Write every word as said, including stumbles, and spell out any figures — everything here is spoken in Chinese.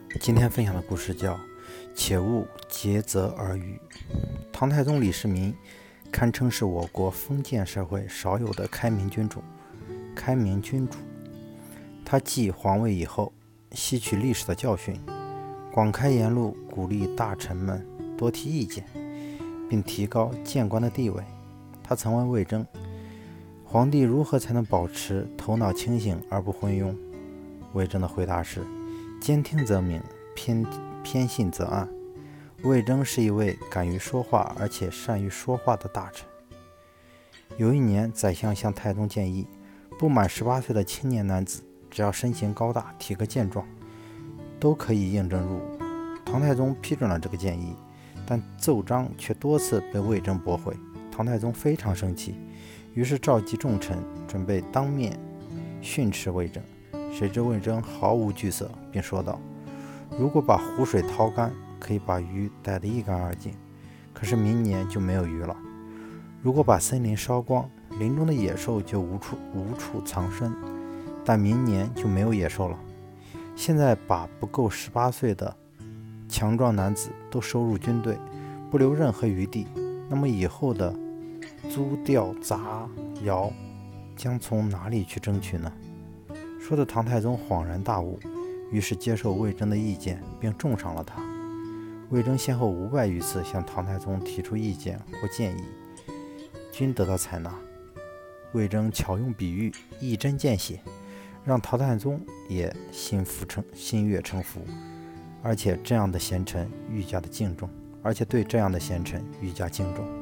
今天分享的故事叫且勿竭泽而渔。唐太宗李世民堪称是我国封建社会少有的开明君主。开明君主，他继皇位以后，吸取历史的教训，广开言路，鼓励大臣们多提意见，并提高谏官的地位。他曾问魏征，皇帝如何才能保持头脑清醒而不昏庸？魏征的回答是：兼听则明，偏偏信则暗。魏征是一位敢于说话而且善于说话的大臣。有一年，宰相向太宗建议，不满十八岁的青年男子，只要身形高大，体格健壮，都可以应征入伍。唐太宗批准了这个建议，但奏章却多次被魏征驳回。唐太宗非常生气，于是召集众臣，准备当面训斥魏征。谁知魏征毫无惧色，并说道：如果把湖水掏干，可以把鱼逮得一干二净，可是明年就没有鱼了；如果把森林烧光，林中的野兽就无处无处藏身，但明年就没有野兽了。现在把不够十八岁的强壮男子都收入军队，不留任何余地，那么以后的租调杂徭将从哪里去争取呢？说的唐太宗恍然大悟，于是接受魏征的意见，并重赏了他。魏征先后五百余次向唐太宗提出意见或建议，均得到采纳。魏征巧用比喻，一针见血，让唐太宗也心服诚心悦诚服，而且这样的贤臣愈加的敬重，而且对这样的贤臣愈加敬重。